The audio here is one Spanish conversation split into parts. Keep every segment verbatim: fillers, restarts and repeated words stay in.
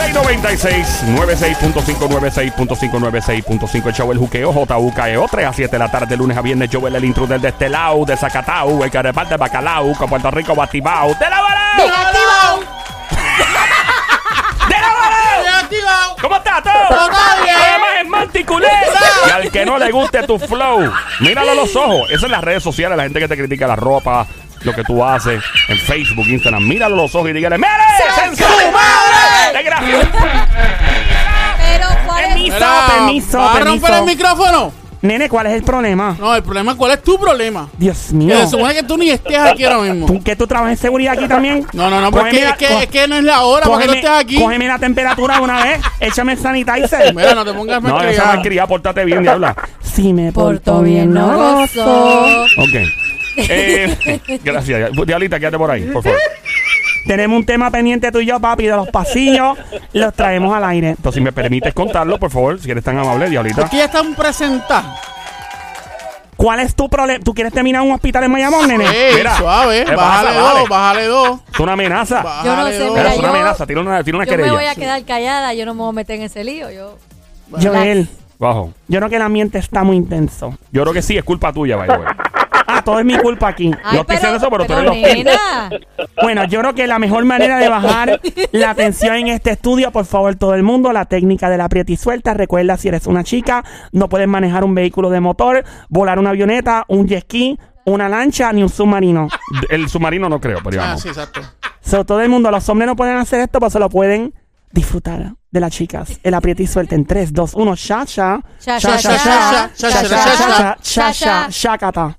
seis noventa y seis, noventa y seis punto cinco, noventa y seis punto cinco, noventa y seis punto cinco. El show El Juqueo, J U K E O, tres a siete de la tarde, lunes a viernes. Joel, el intruder de este lado, de Zacatau, el que reparte bacalao, con Puerto Rico, Batibao. ¡De la Balao! ¡Bien activado! ¡De la Balao! ¡Bien activado! ¿Cómo está todo? ¡Todo bien! Además es manticulé. Y al que no le guste tu flow, míralo a los ojos. Eso en las redes sociales, la gente que te critica la ropa, lo que tú haces en Facebook, Instagram, míralo a los ojos y dígale, ¡mire! ¡Sensu madre! ¡De gracias! Pero ¿cuál es? Permiso, Mira, permiso, ¿vas a permiso. romper el micrófono? Nene, ¿cuál es el problema? No, el problema, ¿cuál es tu problema? Dios Que mío. se supone que tú ni estés aquí ahora mismo. ¿Tú, ¿Que tú trabajas en seguridad aquí también? No, no, no, porque Cógeme es la- que, co- es que no es la hora para que tú cógeme- estés aquí. Cógeme la temperatura de una vez. Échame el sanitizer. Mira, no te pongas No, esa malcriada. malcriada, pórtate bien, diabla. Si me porto Porto bien, no gozo. Ok. Eh, gracias. Diablita, quédate por ahí, por favor. Tenemos un tema pendiente tú y yo, papi, de los pasillos. Los traemos al aire. Entonces, si me permites contarlo, por favor, si eres tan amable, Diablita. Aquí ya están presentadas. ¿Cuál es tu problema? ¿Tú quieres terminar en un hospital en Mayamón, nene? Ey, Mira, suave, ¿qué bájale pasa? dos, Vale. bájale dos. Es una amenaza. Yo no bájale sé, dos. mira, Es una yo- amenaza, tira una, tira una Yo me voy querella. a quedar callada, yo no me voy a meter en ese lío. Yo. Joel, Bajo. yo creo que el ambiente está muy intenso. Yo creo que sí, es culpa tuya, by the way. Ah, todo es mi culpa aquí. Ay, Yo estoy diciendo eso, pero tú eres los nena. Bueno, yo creo que la mejor manera de bajar la tensión en este estudio, por favor, todo el mundo, la técnica de la aprieta y suelta. Recuerda, si eres una chica, no puedes manejar un vehículo de motor, volar una avioneta, un jet ski, una lancha, ni un submarino. El submarino no creo, pero Ah, vamos. sí, exacto. So, todo el mundo, los hombres no pueden hacer esto, pero se lo pueden disfrutar de las chicas. El aprieta y suelta en tres, dos, uno, cha, cha. Cha, Cha, cha, cha, cha, cha, cha, cha, cha, cha, cha, cha, cha, cha. chacata.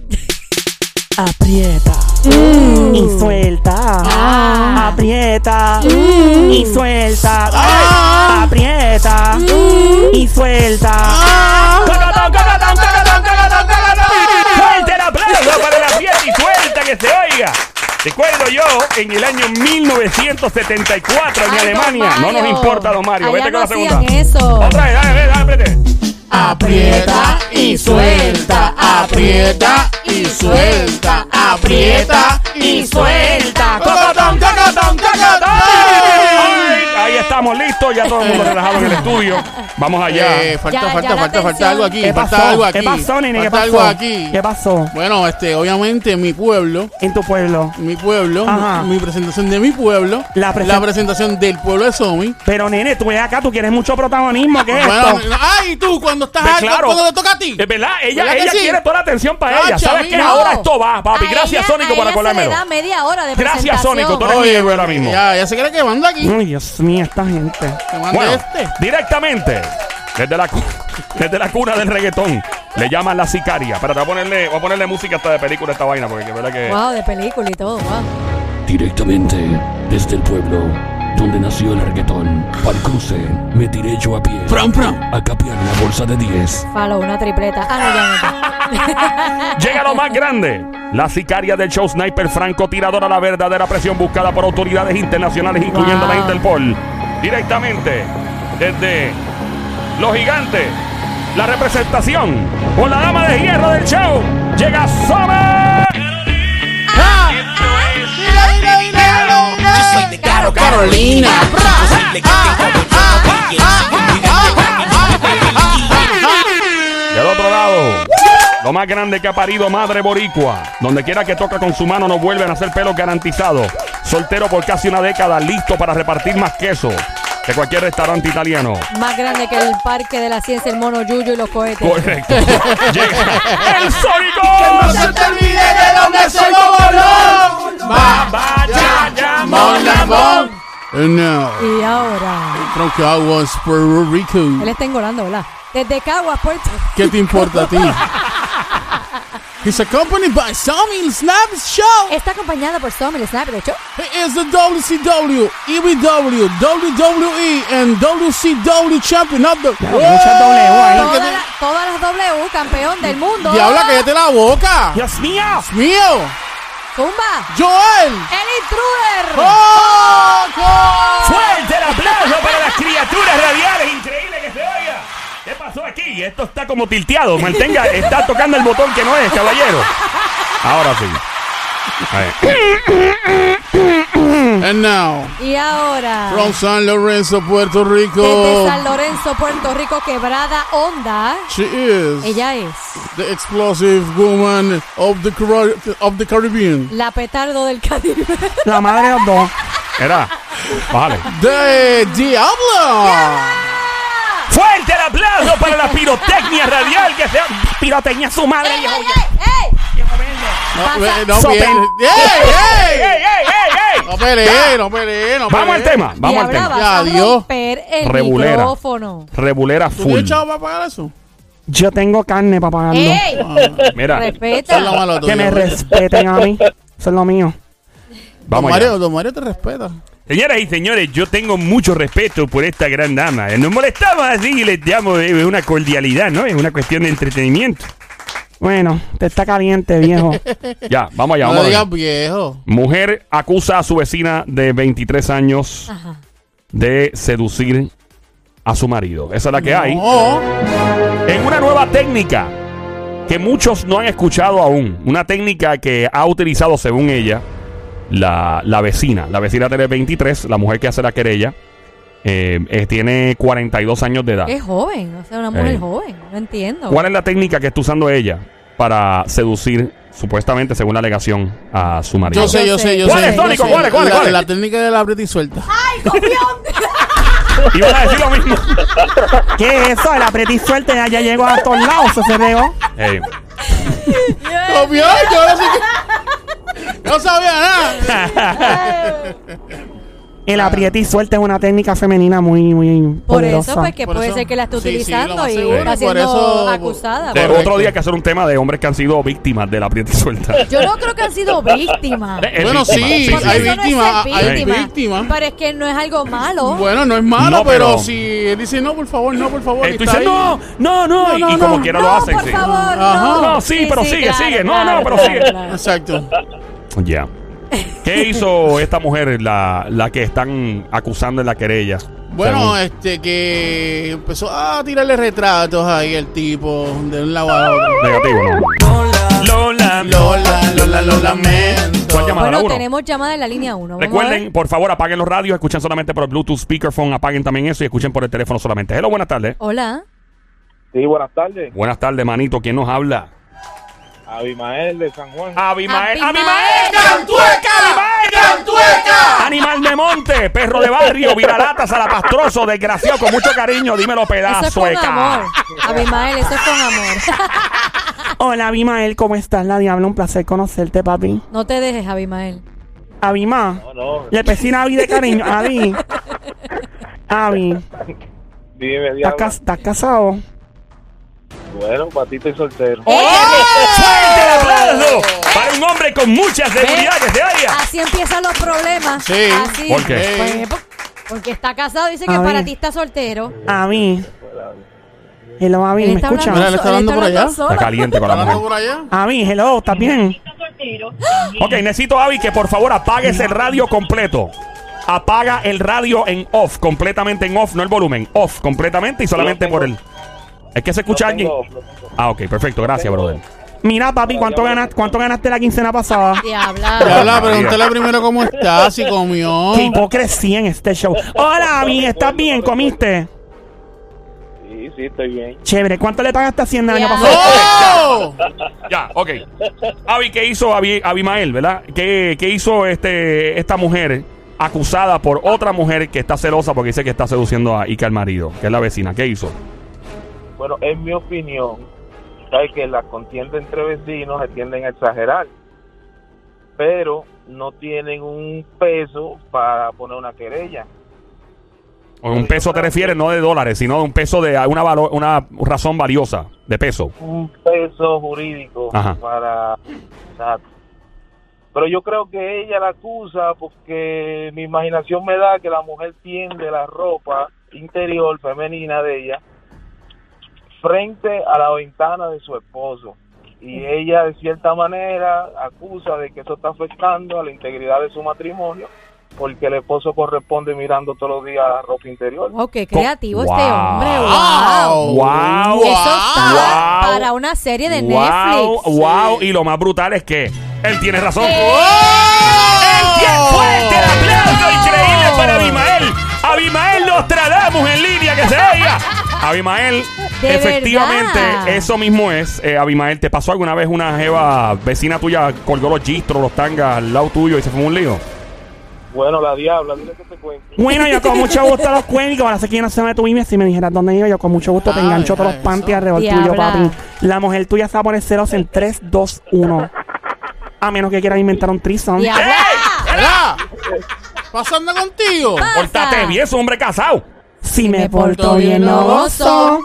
Aprieta y suelta. Ah. Aprieta y suelta. Ah. Aprieta y suelta. Ah. ¡Cacatón, cacatón, cacatón, cacatón, cacatón! ¡Fuerte el aplauso para la fiesta y suelta que se oiga! Recuerdo yo, en el año mil novecientos setenta y cuatro en Ay, don Alemania. No nos Mario. importa, don Mario. Allá Vete con no la segunda. hacían eso. Otra vez, dale, dale, dale, vete. Aprieta y suelta, aprieta y suelta, aprieta y suelta. ¡Cacatón, cacatón, cacatón! Ay, ahí estamos listos, ya todo el mundo relajado en el estudio. Vamos allá. Eh, falta, Ya, falta, ya la falta, falta atención. algo aquí, ¿Qué falta pasó? algo aquí. ¿Qué pasó, nene? ¿Qué Falta pasó? algo aquí. ¿Qué pasó Bueno, este, obviamente en mi pueblo, en tu pueblo? mi pueblo, Ajá. mi presentación de mi pueblo, La la, presen- presentación del pueblo de Somi. Pero, nene, tú ves acá, tú quieres mucho protagonismo. ¿Qué es Bueno, esto? ay, tú cuando estás Ve, ahí, claro. cuando te toca a ti. Es verdad, ella, ¿Verdad que ella sí? quiere toda la atención para ella. Cacha, ¿Sabes qué? mira. Ahora esto va, papi. A Gracias, ella- Sónico, a por ella acordármelo. Se le da media hora de Gracias, presentación. Sónico, tú eres mi Oye, héroe ahora mismo. Ya, ya se cree que manda aquí. Ay, Dios mío, esta gente. Que manda Bueno, este. directamente desde la, cu- desde la cuna del reggaetón le llaman la sicaria. Espérate, voy a ponerle, voy a ponerle música hasta de película a esta vaina porque es verdad que... Wow, de película y todo, wow. Directamente desde el pueblo donde nació el reggaetón, para el cruce me tiré yo a pie Prom, prom. a capiar una bolsa de diez. Falo, una tripleta. Ah, no, ya no. Llega lo más grande. La sicaria del show Sniper francotiradora, la verdadera presión buscada por autoridades internacionales, incluyendo Wow. la Interpol. Directamente desde Los Gigantes, la representación con la dama de hierro del show. Llega Summer. Ah. Mira, mira, mira, mira. Yo soy de Caro Carolina. Yo soy de Del otro lado, lo más grande que ha parido madre boricua. Donde quiera que toca con su mano no vuelven a hacer pelo garantizado. Soltero por casi una década, listo para repartir más queso que cualquier restaurante italiano. Más grande que el Parque de la Ciencia, el Mono Yuyo y los cohetes. Correcto. Llega el No Sónico. se te olvide de dónde soy bolón. Va, Vaya, ya, mon, lambón. And now, Y ahora, from Caguas, Puerto Rico. él está engolando, ¿verdad? Desde Caguas, Puerto. ¿Qué te importa a ti? He's accompanied by Sammy Snaps Show. Está acompañada por Tommy el Snap, de hecho. He is the W C W, E B W, W W E, and W C W champion of the Claro, muchas W ahí. Porque Todas te- las todas las W, campeón del mundo. Diabla, cállate la boca. Dios mío. Mío, Zumba, Joel. el intruder. ¡Oh! Fuerte el aplauso para las criaturas radiales. Increíble que se oiga. ¿Qué pasó aquí? Esto está como tilteado. Mantenga, está tocando el botón que no es, caballero. Ahora sí. Ahí. And now, Y Y ahora, From San Lorenzo, Puerto Rico. desde San Lorenzo, Puerto Rico, Quebrada Honda, She is ella es the explosive woman of the, Cari- of the Caribbean. la petardo del Caribe. La madre de los dos. Era. Vale. The Diablo. Fuerte el aplauso para la pirotecnia radial que sea. Pirotecnia su madre. ¡Ey, viejo. ey, ey! No, Pasa- ve- no, Sopen. bien. ¡Ey, ¡Ey, ey! ey, ey, ey! No peleé, no peleé, no Vamos al peleé. tema, vamos al Diabla, tema. vas Ya, a Dios. romper el Rebulera. micrófono. Rebulera ¿Tú full. tienes chavo para pagar eso? Yo tengo carne para pagarlo. ¡Ey! Mira, Respeta. Eso es lo malo tuyo. Que me respeten a mí. Eso es lo mío. Don vamos Mario, allá. Don Mario te respeta. Señoras y señores, yo tengo mucho respeto por esta gran dama. Nos molestamos así y les damos eh, una cordialidad, ¿no? Es una cuestión de entretenimiento. Bueno, te está caliente, viejo. Ya, vamos allá, No vamos le a digas ver. viejo. Mujer acusa a su vecina de veintitrés años Ajá. de seducir a su marido. Esa es la que hay. No. En una nueva técnica que muchos no han escuchado aún. Una técnica que ha utilizado, según ella, la, la vecina. La vecina tiene veintitrés, la mujer que hace la querella eh, eh, tiene cuarenta y dos años de edad. Es joven, o sea, una mujer Ey. joven. No entiendo. ¿Cuál es la técnica que está usando ella para seducir, supuestamente, según la alegación, a su marido? Yo sé, yo sé, yo sé. ¿Cuál es, yo Tónico? sé. ¿Cuál es, cuál es, La- cuál es? La técnica de la aprieta y suelta. ¡Ay, copión! Iban a decir lo mismo. ¿Qué es eso? El aprieta y suelta ya, ya llegó a todos lados. Eso se regó. Ey, Copió, yo no sé qué. No sabía nada. El aprieta y suelta es una técnica femenina muy, muy Por poderosa. eso, pues, que Por puede eso- ser que la esté sí, sí, lo utilizando más y seguro, está por siendo eso- acusada. de Correcto. otro día hay que hacer un tema de hombres que han sido víctimas de la aprieta y suelta. Yo no creo que han sido víctimas. Es Bueno, víctima, sí, Porque hay eso no es víctimas, ser hay víctima. víctimas. Pero es que no es algo malo. Bueno, no es malo, No, pero, pero- si él dice no, por favor, no, por favor. Eh, y tú está dices, ahí. no, no, no, No, y, no, y como no. quiera no, lo hacen, por sí. favor, Ajá. no. No, sí, pero sigue, claro, sigue. No, claro, no, pero claro, sigue. claro. Exacto. Ya. ¿Qué hizo esta mujer, la, la que están acusando en la querella? Bueno, Según- este que empezó a tirarle retratos ahí el tipo de un lado a otro. Negativo, ¿no? Lola. Lola, Lola, lo lamento. ¿Cuál llamada? Bueno, la uno. tenemos llamada en la línea uno. Recuerden, por favor, apaguen los radios, escuchen solamente por el Bluetooth speakerphone, apaguen también eso y escuchen por el teléfono solamente. Hello, buenas tardes. Hola. Sí, buenas tardes. Buenas tardes, manito. ¿Quién nos habla? Abimael de San Juan. Abimael. Abimael. ¡Abimael! ¡Cantueca! ¡Abimael! ¡Cantueca! Animal de monte, perro de barrio, viralata, salapastroso, desgraciado, con mucho cariño. Dímelo, Eso es pedazo con de ca- amor. Abimael, eso es con amor. Hola, Abimael, ¿cómo estás? La Diabla, un placer conocerte, papi. No te dejes, Abimael. Abima, No, no. le vecina Abi de cariño. Abi. Abi, Dime, ¿estás, diablo. cas- estás casado? Bueno, patito y soltero. ¡Oh! ¡Fuerte el aplauso! Para un hombre con mucha seguridad que se haya. Así empiezan los problemas. Sí. Así. ¿Por qué? Pues, po- porque está casado, dice que A para ver. ti está soltero. Abi. Hello, Abi, Él ¿me está escuchas? hablando Mira, le está so- él hablando por allá. solo. Está caliente con la ¿Están mujer. por allá? Abi, hello, ¿estás bien? Ok, necesito, Abby, que por favor apagues el radio completo. Apaga el radio en off, completamente en off, no el volumen. Off, completamente y solamente tengo. por el... Es que se escucha Lo alguien. tengo, lo tengo. Ah, ok, perfecto, gracias, brother. Mira, papi, ¿cuánto, ganas, ¿cuánto ganaste la quincena pasada? Diabla. Diabla, pregúntale primero cómo está, si comió. Qué hipocresía en este show. Hola, Abi, ¿estás bien? ¿Comiste? Sí, sí, estoy bien. Chévere, ¿cuánto le pagaste a Hacienda el año Ya. pasado? ¡No! Ya, ok. Abby, ¿qué hizo Abi- Abimael, verdad? ¿Qué, qué hizo este, esta mujer acusada por otra mujer que está celosa porque dice que está seduciendo a Ika, el marido, que es la vecina? ¿Qué hizo? Bueno, en mi opinión, sabes que las contiendas entre vecinos se tienden a exagerar, pero no tienen un peso para poner una querella. O un peso te refieres, no de dólares, sino de un peso de una, valo- una razón valiosa de peso. Un peso jurídico Ajá. para... Exacto. Pero yo creo que ella la acusa porque mi imaginación me da que la mujer tiende la ropa interior femenina de ella frente a la ventana de su esposo. Y ella de cierta manera acusa de que eso está afectando a la integridad de su matrimonio porque el esposo corresponde mirando todos los días la ropa interior. Wow, qué creativo Wow. este hombre. Wow. Wow. Wow. Eso está Wow. para una serie de Wow, Netflix. wow. Y lo más brutal es que él tiene razón. Eh. Él tiene fuerte el aplauso increíble para Abimael, ¿De efectivamente, verdad? eso mismo es. Eh, Abimael, ¿te pasó alguna vez una jeva vecina tuya colgó los gistros, los tangas al lado tuyo y se fue un lío? Bueno, la diabla, dile que te cuente. Bueno, yo con mucho gusto los cuelgo. Ahora sé que yo no se me tu email. Si me dijeras dónde iba, yo con mucho gusto te Ay, engancho todos los eso. panties alrededor Diabla. tuyo, papi. La mujer tuya se va a poner celos en tres, dos, uno. A menos que quieran inventar un threesome. Diabla. ¿Verdad? ¿Pasando contigo? Pórtate bien, es un hombre casado. Si me me porto porto bien, bien, no no gozo.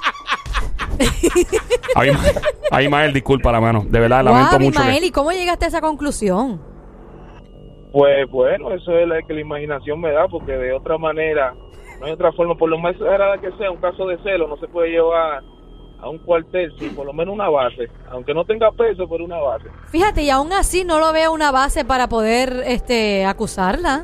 Abimael, Abimael, disculpa la mano. De verdad, Wow, lamento mucho. Abimael, que- ¿y cómo llegaste a esa conclusión? Pues bueno, eso es lo que la imaginación me da, porque de otra manera, no hay otra forma, por lo más sagrada que sea, un caso de celo no se puede llevar a un cuartel sin por lo menos una base, aunque no tenga peso, pero una base. Fíjate, y aún así no lo veo una base para poder este acusarla.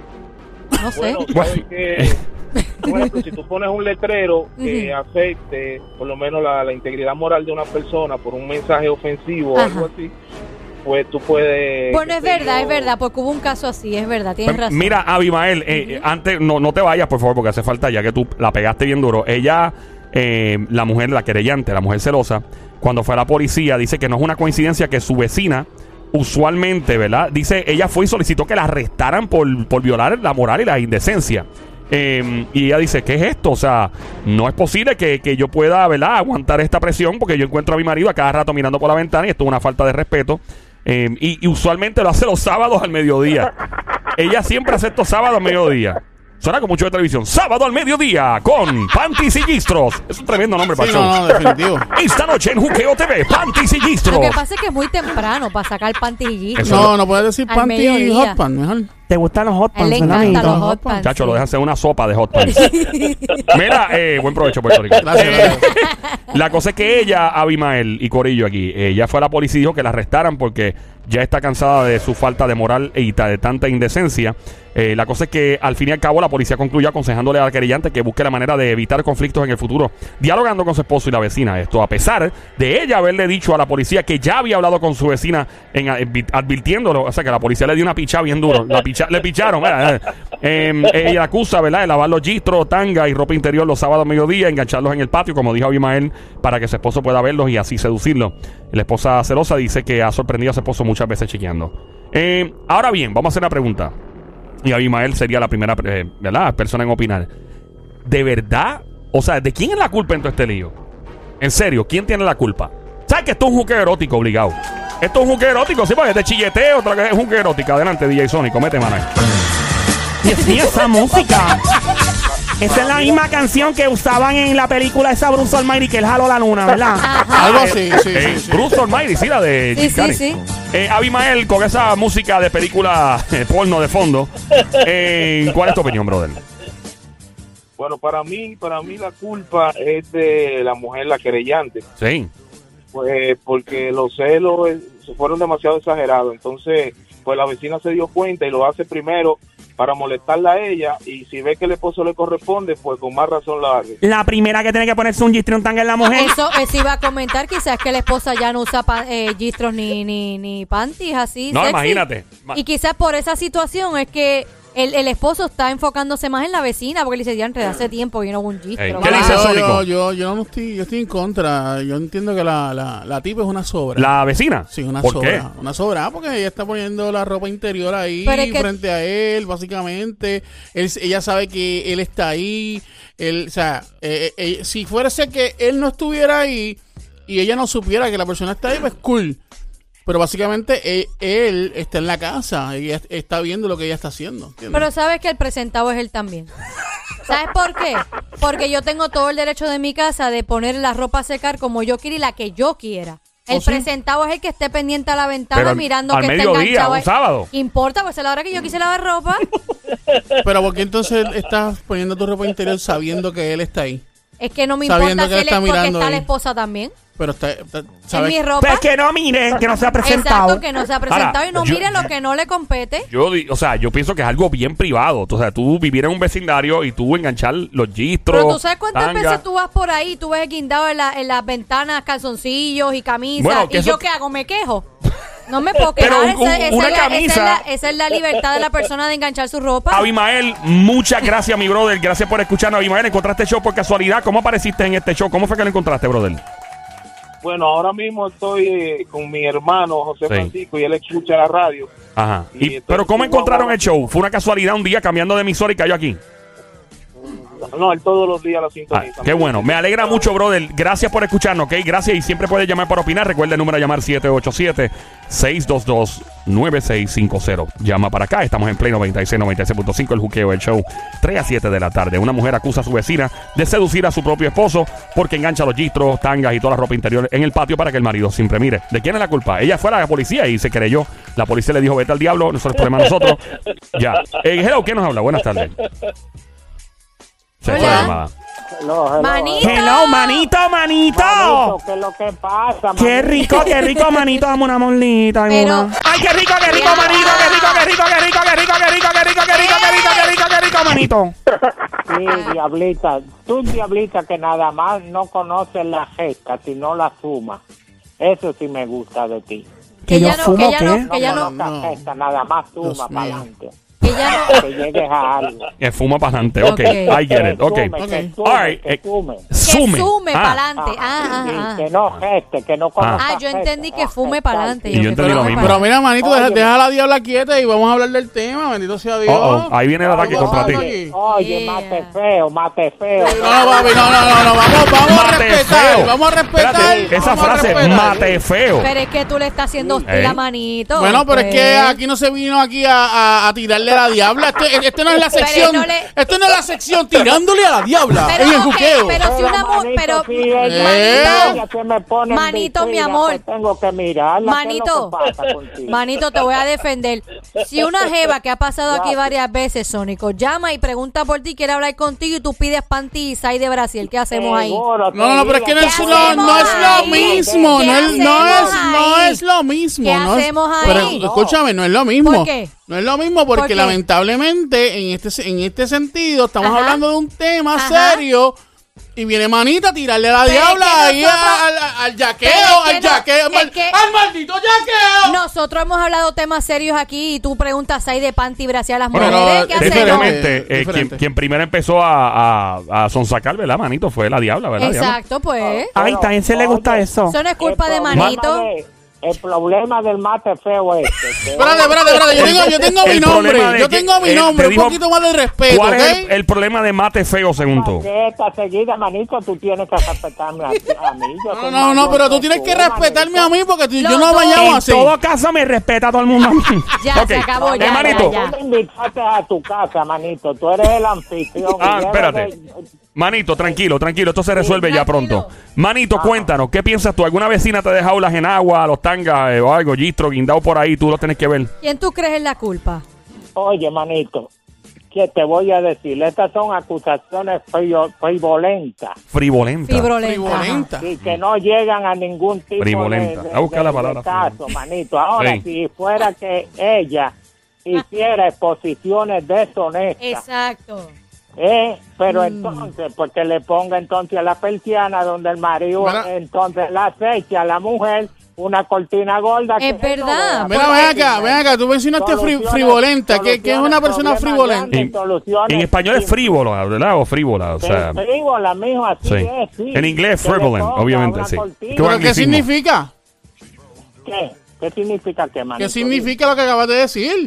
No sé. Bueno, sabes que, por ejemplo, si tú pones un letrero que Ujú. afecte por lo menos la, la integridad moral de una persona por un mensaje ofensivo o Ajá. algo así, pues tú puedes... Bueno, qué es sé verdad, yo, es verdad, porque hubo un caso así, es verdad, tienes Pues, razón. mira, Abimael, eh, eh, antes, no, no te vayas, por favor, porque hace falta, ya que tú la pegaste bien duro. Ella, eh, la mujer, la querellante, la mujer celosa, cuando fue a la policía, dice que no es una coincidencia que su vecina, usualmente, ¿verdad? Dice, ella fue y solicitó que la arrestaran por, por violar la moral y la indecencia. Eh, y ella dice, ¿qué es esto? O sea, no es posible que, que yo pueda, ¿verdad?, aguantar esta presión, porque yo encuentro a mi marido a cada rato mirando por la ventana y esto es una falta de respeto. Eh, y, y usualmente lo hace los sábados al mediodía. Ella siempre hace estos sábados al mediodía. Suena como mucho de televisión. Sábado al mediodía con Panties y Gistros. Es un tremendo nombre para Sí, el show. no, no, definitivo. Esta noche en Juqueo T V, Panties y Gistros. Lo que pasa es que es muy temprano para sacar pantillito. Eso No, no puedes decir Al panty y mediodía. hot pan, mejor. ¿Te gustan los hot A él le pants, verdad, encantan amiguito? los hot pants. Chacho, sí. lo dejan hacer una sopa de hot pants. Mira, eh, buen provecho, Puerto Rico. Gracias, Eh, gracias. La cosa es que ella, Abimael y Corillo aquí, ella fue a la policía y dijo que la arrestaran porque ya está cansada de su falta de moral y ta- de tanta indecencia. Eh, la cosa es que al fin y al cabo la policía concluyó aconsejándole a la querellante que busque la manera de evitar conflictos en el futuro, dialogando con su esposo y la vecina. Esto a pesar de ella haberle dicho a la policía que ya había hablado con su vecina en, advi- advirtiéndolo, o sea que la policía le dio una pichada bien duro. La picha- le picharon. mira, eh. Eh, ella acusa, ¿verdad?, de lavar los gistros, tanga y ropa interior los sábados a mediodía, engancharlos en el patio, como dijo Abimael, para que su esposo pueda verlos y así seducirlos. La esposa celosa dice que ha sorprendido a su esposo muchas veces chequeando. Eh, ahora bien, vamos a hacer una pregunta. Y Abimael sería la primera, eh, ¿verdad?, persona en opinar. ¿De verdad? O sea, ¿de quién es la culpa en todo este lío? En serio, ¿quién tiene la culpa? ¿Sabes que esto es un juqueo erótico obligado? Esto es un juqueo erótico, sí, porque es de chilleteo, otra que es un juqueo erótico. Adelante, D J Sónico, mete mano ahí. Dios mío, esa música. Esa es la misma canción que usaban en la película esa Bruce Almighty, que él jaló la luna, ¿verdad? Algo así, sí, Eh, sí, sí. Bruce Almighty, sí, la de Sí, Jim sí, Carrey. sí. Eh, Abimael, con esa música de película eh, porno de fondo, eh, ¿cuál es tu opinión, brother? Bueno, para mí, para mí la culpa es de la mujer, la querellante, Sí. pues porque los celos eh, fueron demasiado exagerados. Entonces, pues la vecina se dio cuenta y lo hace primero para molestarla a ella, y si ve que el esposo le corresponde, pues con más razón la hace. La primera que tiene que ponerse un gistro tanga es la mujer. Eso, eso iba a comentar, quizás que la esposa ya no usa pa- eh, gistros ni, ni, ni panties así. No, sexy. imagínate. Ma- Y quizás por esa situación es que el, el esposo está enfocándose más en la vecina, porque le dice, ya entre hace tiempo que yo no hago un gistro. Ey, ¿qué ¿verdad? dice yo, Sónico? yo, yo, yo no estoy, yo estoy en contra. Yo entiendo que la, la, la tipa es una sobra. ¿La vecina? Sí, una ¿Por sobra. qué? Una sobra porque ella está poniendo la ropa interior ahí Pero es que- frente a él, básicamente. Él, ella sabe que él está ahí. Él, o sea, eh, eh, eh, si fuese que él no estuviera ahí y ella no supiera que la persona está ahí, pues cool. Pero básicamente él, él está en la casa y ella está viendo lo que ella está haciendo. ¿entiendes? Pero sabes que el presentado es él también. ¿Sabes por qué? Porque yo tengo todo el derecho de mi casa de poner la ropa a secar como yo quiera y la que yo quiera. El ¿Oh, sí? presentado es el que esté pendiente a la ventana Pero al- mirando al que está mediodía, enganchado. un ahí. sábado. Importa, pues es la hora que yo quise lavar ropa. Pero ¿por qué entonces estás poniendo tu ropa interior sabiendo que él está ahí? Es que no me Sabiendo importa que si él él está es porque mirando está la ahí. esposa también. Pero está, está- En ¿sabes? mi ropa. Pues que no mire, que no se ha presentado. Exacto, que no se ha presentado Ahora, y no yo- mire lo que no le compete. Yo, di- o sea, yo pienso que es algo bien privado. O sea, tú vivir en un vecindario y tú enganchar los gistros. Pero tú sabes cuántas tanga. veces tú vas por ahí, tú ves guindado en, la- en las ventanas calzoncillos y camisas. Bueno, que ¿Y eso yo que- qué hago? ¿Me quejo? No me puedo quejar. Pero un- esa, esa una es la, camisa- esa, es la, esa es la libertad de la persona de enganchar su ropa. Abimael, muchas gracias, mi brother. Gracias por escucharnos. Abimael, ¿encontraste el show por casualidad? ¿Cómo apareciste en este show? ¿Cómo fue que lo encontraste, brother? Bueno, ahora mismo estoy eh, con mi hermano José Sí. Francisco y él escucha la radio. Ajá. Y Y- entonces pero ¿cómo vamos encontraron a- el show? ¿Fue una casualidad un día cambiando de emisora y cayó aquí? No, él todos los días la Ah, sintoniza. qué bueno. Me alegra mucho, brother. Gracias por escucharnos, ¿ok? Gracias y siempre puedes llamar para opinar. Recuerda el número a llamar siete ocho siete, seis dos dos, nueve seis cinco cero. Llama para acá. Estamos en Play noventa y seis, noventa y seis punto cinco, el juqueo del show. tres a siete de la tarde. Una mujer acusa a su vecina de seducir a su propio esposo porque engancha los gistros, tangas y toda la ropa interior en el patio para que el marido siempre mire. ¿De quién es la culpa? Ella fue a la policía y se creyó. La policía le dijo, vete al diablo, no es el problema de nosotros. Ya. Eh, hello, ¿quién nos habla? Buenas tardes. Se fue la Hola. llamada. Hello, hello, Manito. Hello, manito, manito. Manito, ¿qué es lo que pasa? Qué manito? rico, qué rico, manito. Dame una molita. Pero- alguna. Ay, qué rico, qué rico, Ya. manito. Qué rico, qué rico, qué rico, qué rico, qué rico, qué rico, qué rico, qué rico, qué rico, qué rico, manito. Sí, diablita. Tú, diablita, que nada más no conoces la gesta, sino la suma. Eso sí me gusta de ti. Que yo ya no, fumo, que ya ¿qué? no, No que ya no, conozcas no. gesta, nada más suma Dios para mío. adelante. que ya no, Que llegues a algo. Que fuma para adelante. Ok, Ok. I get it. Ok. Que sume, que sume, All right, que eh, sume. que Sume. sume Ah. para adelante. Ah, ah, Sí, ah. que no geste, que no conozcas Ah, yo gesta. entendí que Ah, fume para adelante. Y yo entendí lo mismo. Pero mira, manito, deja, Oye. deja a la diabla quieta y vamos a hablar del tema. Bendito sea Dios. Oh, oh, ahí viene el ataque Vamos contra ti. aquí. Oye, Yeah. mate feo, mate feo. No, no, papi, no, no, no, no, vamos, vamos a Mate respetar, feo. vamos a respetar. Espérate, esa vamos a frase, respetar. mate feo. Pero es que tú le estás haciendo hostil Ey. a Manito. Bueno, pero es pues. que aquí no se vino aquí a, a, a tirarle a la diabla. Esto, esto no es la Pero sección. no le- Esto no es la sección tirándole a la diabla. Pero, en el ok, juqueo. pero si una mujer, manito, pero sí, ella- Eh. ella que me pone en Manito, mi vitrina, amor. que tengo que mirarla. Manito, ¿qué es lo que pasa contigo? Manito, te voy a defender. Si una jeva que ha pasado aquí varias veces, Sónico, llama y pregunta por ti, quiere hablar contigo y tú pides panty y side de Brasil, ¿qué hacemos ahí? Seguro, te No, no, no, pero es que no digo es, ¿Qué no, no es hacemos lo ahí? mismo. ¿Qué No es, no hacemos es, no ahí? es lo mismo. ¿Qué no es- hacemos pero, ahí? escúchame, no es lo mismo. ¿Por qué? No es lo mismo porque ¿Por qué? lamentablemente en este, en este sentido estamos Ajá. hablando de un tema Ajá. serio. Y viene Manita a tirarle a la Pero es diabla que ahí nosotros- al, al, al yaqueo, Pero es que al no- yaqueo, es al, que- al maldito yaqueo. Nosotros hemos hablado temas serios aquí y tú preguntas side de panty y Brasil a las Bueno, mujeres. no, ¿Qué es hacemos? definitivamente, eh, quien, Diferente. quien primero empezó a, a, a sonsacar, ¿verdad, manito? Fue la diabla, ¿verdad? diabla? Exacto, pues. Ay, también se le gusta Oye, eso. Eso no es culpa El de problema Manito. de- el problema del mate feo es que Espérate, espérate, espérate. Yo tengo, yo tengo mi El nombre. problema de Yo que tengo mi él nombre. te Un dijo- poquito más de respeto, ¿Cuál ¿ok? es el, el problema de mate feo, según tú? esta seguida, manito, tú tienes que respetarme a, a mí. Yo No, soy no, no, mayor pero tú que tienes que manito. respetarme a mí porque tú- yo Los no me dos. llamo En así. todo caso, me respeta a todo el mundo. Ya, Ok. se acabó, Eh, ya, manito. ya, ya. Tú me invitaste a tu casa, manito. Tú eres el anfitrión. Ah, y debes espérate. de- Manito, tranquilo, tranquilo, esto se resuelve ya tranquilo. pronto. Manito, cuéntanos, ¿qué piensas tú? ¿Alguna vecina te ha dejado las enaguas, los tangas eh, o algo, gistro, guindado por ahí? Tú lo tienes que ver. ¿Quién tú crees es la culpa? Oye, manito, ¿qué te voy a decir? Estas son acusaciones frio- frivolentas Frivolenta. Fibrolenta. Frivolenta. y que no llegan a ningún tipo Frivolenta. de, de- A buscar la de- palabra de caso, manito. Ahora, Sí. si fuera que ella hiciera exposiciones deshonestas, Exacto. Eh, pero Mm. entonces, porque le ponga entonces a la persiana donde el marido Mira. entonces la acecha a la mujer una cortina gorda. Es que él no verdad. vea. Mira, ven acá, ven acá. Tú mencionaste fri- Soluciones- frivolenta. ¿Qué, qué es una persona soluciones, frivolenta? problemas grandes, soluciones En español es simples. frívolo, ¿verdad? O frívola, o sea. Sí, frívola, mijo, así Sí. es, sí. En inglés, Que le frivolent, ponga obviamente, una sí. cortina. ¿Qué ¿Pero qué anglicismo? significa? ¿Qué? ¿Qué significa qué, manito? ¿Qué significa lo que acabas de decir?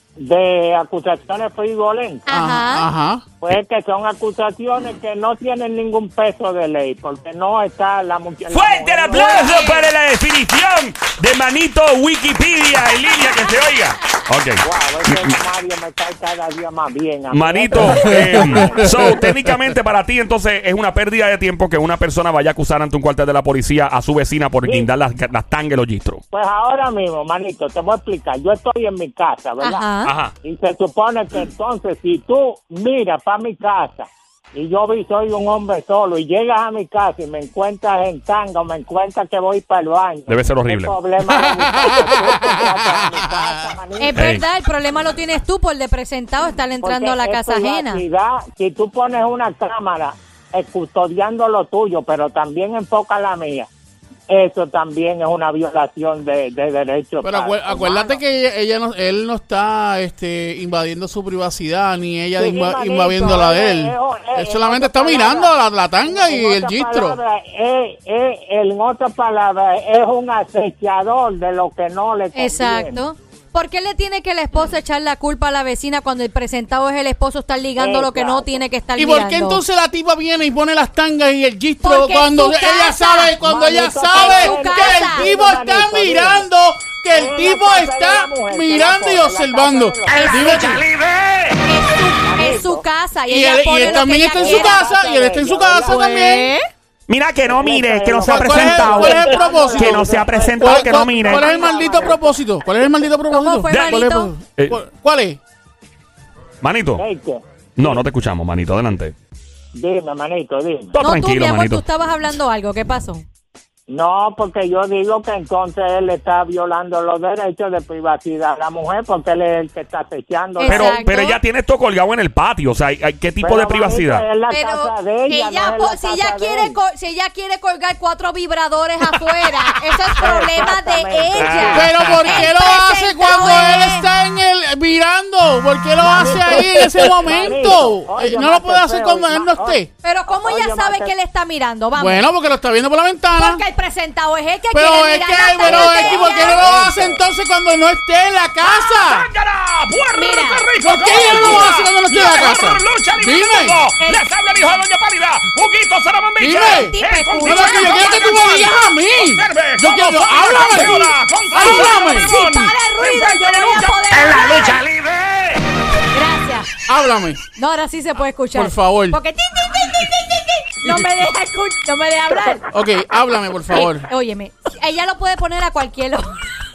De acusaciones frivolentas. Ajá. Ajá. Pues que son acusaciones que no tienen ningún peso de ley, porque no está la mujer. Fuerte el aplauso para la definición de Manito Wikipedia en línea que se oiga. Ok. Wow, ese Mario me cae cada día más bien. a mí. Manito, eh, so, técnicamente para ti entonces es una pérdida de tiempo que una persona vaya a acusar ante un cuartel de la policía a su vecina por Sí. guindar las, las tangas y los gistros. Pues ahora mismo, manito, te voy a explicar. Yo estoy en mi casa, ¿verdad? Ajá. Ajá. Y se supone que entonces, si tú miras para mi casa y yo vi soy un hombre solo y llegas a mi casa y me encuentras en tanga o me encuentras que voy para el baño. Debe ser horrible. ¿Qué problema es que tú te tratas a mi casa, manito? Es verdad, el problema lo tienes tú por de presentado estar entrando Porque a la casa es ajena. privacidad. Si tú pones una cámara eh, custodiando lo tuyo, pero también enfoca la mía, eso también es una violación de, de derechos. Pero acu- acuérdate que ella, ella no, él no está este, invadiendo su privacidad, ni ella Sí, inva- manito, invadiendo la de él. eh, eh, Él en solamente está otras mirando palabras, la, la tanga y en el otras gistro. palabras, eh, eh, en otras palabras, es un acechador de lo que no le conviene. Exacto. ¿Por qué le tiene que la esposa echar la culpa a la vecina cuando el presentado es el esposo estar ligando lo que no Exacto. tiene que estar ¿Y ligando? por qué entonces la tipa viene y pone las tangas y el gistro Porque es cuando su ella casa. sabe, cuando ella Manito, sabe es su que casa. el tipo está Manito, dime. mirando, que el Es la tipo casa de está la mujer, mirando que y la pone, observando? la casa de la Dime tú. Es su, es su casa y, Y ella él, y pone él lo que también ella está en su quiera. casa, y él está en su casa Pues, también. Mira que no mire, que no se ha ¿Cuál es- presentado. cuál es el propósito? Que no se ha presentado, ¿Cuál, que no cuál- mire. cuál es el maldito propósito? ¿Cuál es el maldito propósito? fue, ¿Cuál es- manito? Eh. ¿Cuál- ¿Cuál es? Manito. Manito, No, no te escuchamos, manito. Adelante. dime, manito, dime. Todo No, tú, mi tranquilo, amor, manito. tú estabas hablando algo. ¿Qué pasó? No, porque yo digo que entonces él está violando los derechos de privacidad a la mujer porque él es el que está acechando. Exacto. Pero, pero ella tiene esto colgado en el patio. O sea, ¿hay- hay- ¿qué tipo Pero, de privacidad? manito, es la Pero casa de ella, ella, no es po- la si casa ella de quiere él. col- si ella quiere colgar cuatro vibradores afuera, eso es problema de Exactamente. ella. Pero ¿por qué El lo hace presentado cuando él es- está en el mirando? ¿Por qué lo hace ahí en ese momento? Manito, Eh, No lo puede hacer cuando él no esté. Pero ¿cómo ella Oye, sabe mate- que él está mirando? Vamos. Bueno, porque lo está viendo por la ventana. Porque el presentado es el que Pero quiere es mirar que, la pero tele es que, de ¿por qué ella. no lo hace entonces cuando no esté en la casa? ¡Zángara! ¡Puerto Mira, Rico! ¿por qué ella no lo hace cuando no esté en la mejor casa? lucha libre Dime. del mundo. Les habla el hijo de Doña Pálida. Juguito Saramambiche. Dime. Dime, En Juguito. No, no, que yo quiero que tú me digas a mí. Observe Yo cómo quiero, son las háblame. campeonas con Háblame. Sandra Si Ramón. para el ruido, yo Enfrente de voy a lucha. poder ¡En la hablar. lucha libre! Gracias. Háblame. No, ahora sí se puede escuchar. Por favor. Porque ti, ti, ti, ti, ti, ti, ti, no me deja escuchar, no me deja hablar. Ok, háblame, por favor. Eh, óyeme, ella lo puede poner a cualquier hora.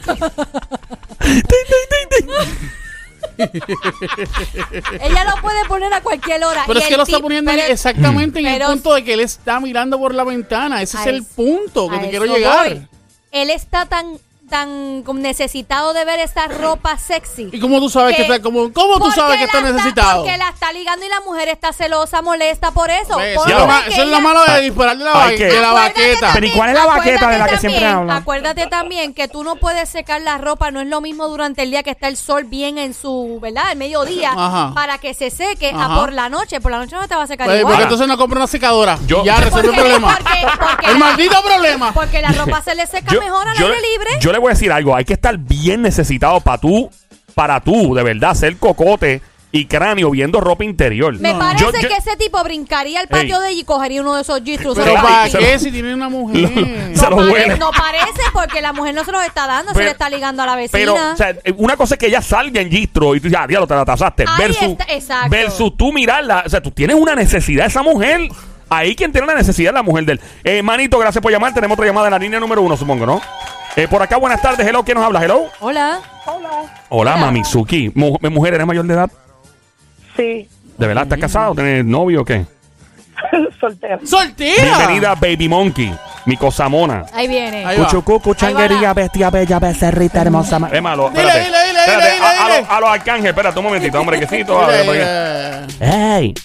Ella lo puede poner a cualquier hora. Pero y es que el lo está tip- poniendo pero- exactamente en el pero- punto de que él está mirando por la ventana. Ese es A el eso- punto que a te quiero eso llegar. voy. Él está tan tan como necesitado de ver esta ropa sexy. ¿Y cómo tú sabes que, está como cómo tú Porque sabes que está la necesitado? Porque la está ligando y la mujer está celosa, molesta por eso. Pues, Por eso, es eso lo ma- que eso es lo ella- malo de disparar de la, Hay ba- que- de la Acuérdate baqueta. también- Pero ¿y cuál es la baqueta de la que acuérdate siempre también- hablan? Acuérdate también que tú no puedes secar la ropa, no es lo mismo durante el día que está el sol bien en su, ¿verdad? El mediodía, Ajá. para que se seque a Ajá. por la noche. Por la noche no te va a secar Pues, igual. porque entonces no compra una secadora. Yo- Y ya resuelve el Porque- problema. porque- porque el la- maldito problema. Porque la ropa se le seca Yo- mejor al yo aire le- libre. Yo le voy a decir algo. Hay que estar bien necesitado para tú, para tú, de verdad, ser cocote y cráneo viendo ropa interior. Me No. parece Yo- yo- que ese tipo brincaría al patio Ey. de ella y cogería uno de esos gistros. Pero se lo- ¿para se qué lo- si tiene una mujer? se no, lo pare- huele. no parece porque la mujer no se los está dando, se Pero- le está ligando a la vecina. Pero, o sea, una cosa es que ella salga en gistro y tú ya, diablo, te la tasaste. Ahí Versus, está, exacto. versus tú mirarla. O sea, tú tienes una necesidad, esa mujer. Ahí quien tiene la necesidad es la mujer de él. Eh, manito, gracias por llamar. Tenemos otra llamada en la línea número uno, supongo, ¿no? Eh, por acá, buenas tardes. Hello, ¿quién nos habla? Hello. Hola. Hola, Hola. Mamizuki. Mu- mujer, ¿eres mayor de edad? Sí, ¿De verdad estás casado? ¿Tienes novio o qué? soltera. ¡Soltera! Bienvenida, Baby Monkey. Mi cosa mona. Ahí viene. Ahí va. Cuchucucu, changuería, va. bestia bella, becerrita, hermosa. ma- Es malo. Dile, Espérate. dile, dile, Espérate, dile, a, a dile. los- a los arcángeles, espérate un momentito, hombre, que sí, todo. Dile, dile. Hey.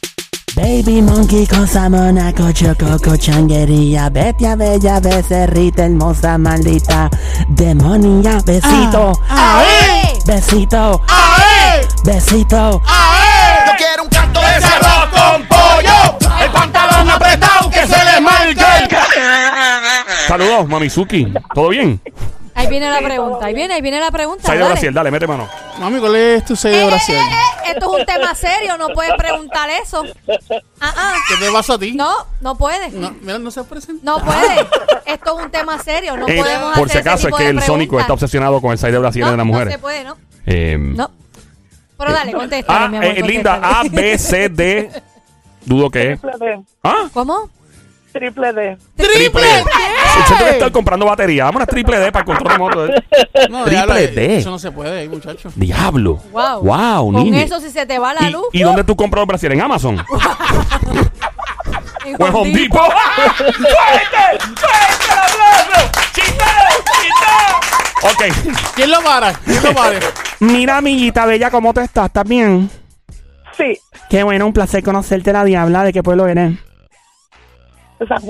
Baby monkey, cosa mona, cochococo, changuería, bestia bella, becerrita, hermosa, maldita, demonia, besito, ¡Ae! besito, ¡Ae! besito. ¡Ae! Yo quiero un canto de ¡Ese ese arroz con pollo! ¡El pantalón apretado que se le marca el... Saludos, Mamizuki. ¿Todo bien? Ahí viene la pregunta. Ahí viene, ahí viene la pregunta. Sai de dale. Brasil, dale, mete mano. Mami, ¿cuál es tu sello Eh, de eh, Brasil? eh, eh, esto es un tema serio, no puedes preguntar eso. Ah, ah. ¿Qué te pasa a ti? No, no puede. No, mira, no se presenta. No puede. Esto es un tema serio, no Eh, podemos por hacer si ese acaso, es tipo que de el Sónico preguntas. está obsesionado con el Sai de Brasil no, de las No mujeres. se puede, ¿no? Eh, No. Pero dale, contéstale, Ah, mi amor. eh, linda, contéstale. A, B, C, D. Dudo que es. Triple D. ¿Ah? ¿Cómo? Triple D. ¡Triple D. D! Usted debe estar comprando batería. Vamos a triple D para el control remoto. ¿eh? No, Triple diablo, D. Eso no se puede, ahí, muchacho. Diablo. Wow. Wow, Con niño. eso, si se te va la ¿Y, luz. ¿Y dónde tú compras los brasiles? ¿En Amazon? en ¿O en Home Depot? ¡Fuerte! ¡Fuerte el aplauso! ¡Chitao! ¡Chitao! Ok. ¿Quién lo para? ¿Quién lo para? Mira, amiguita bella, ¿cómo tú estás? ¿Estás bien? Sí, Qué bueno, un placer conocerte, la diabla. ¿De qué pueblo eres? San Juan.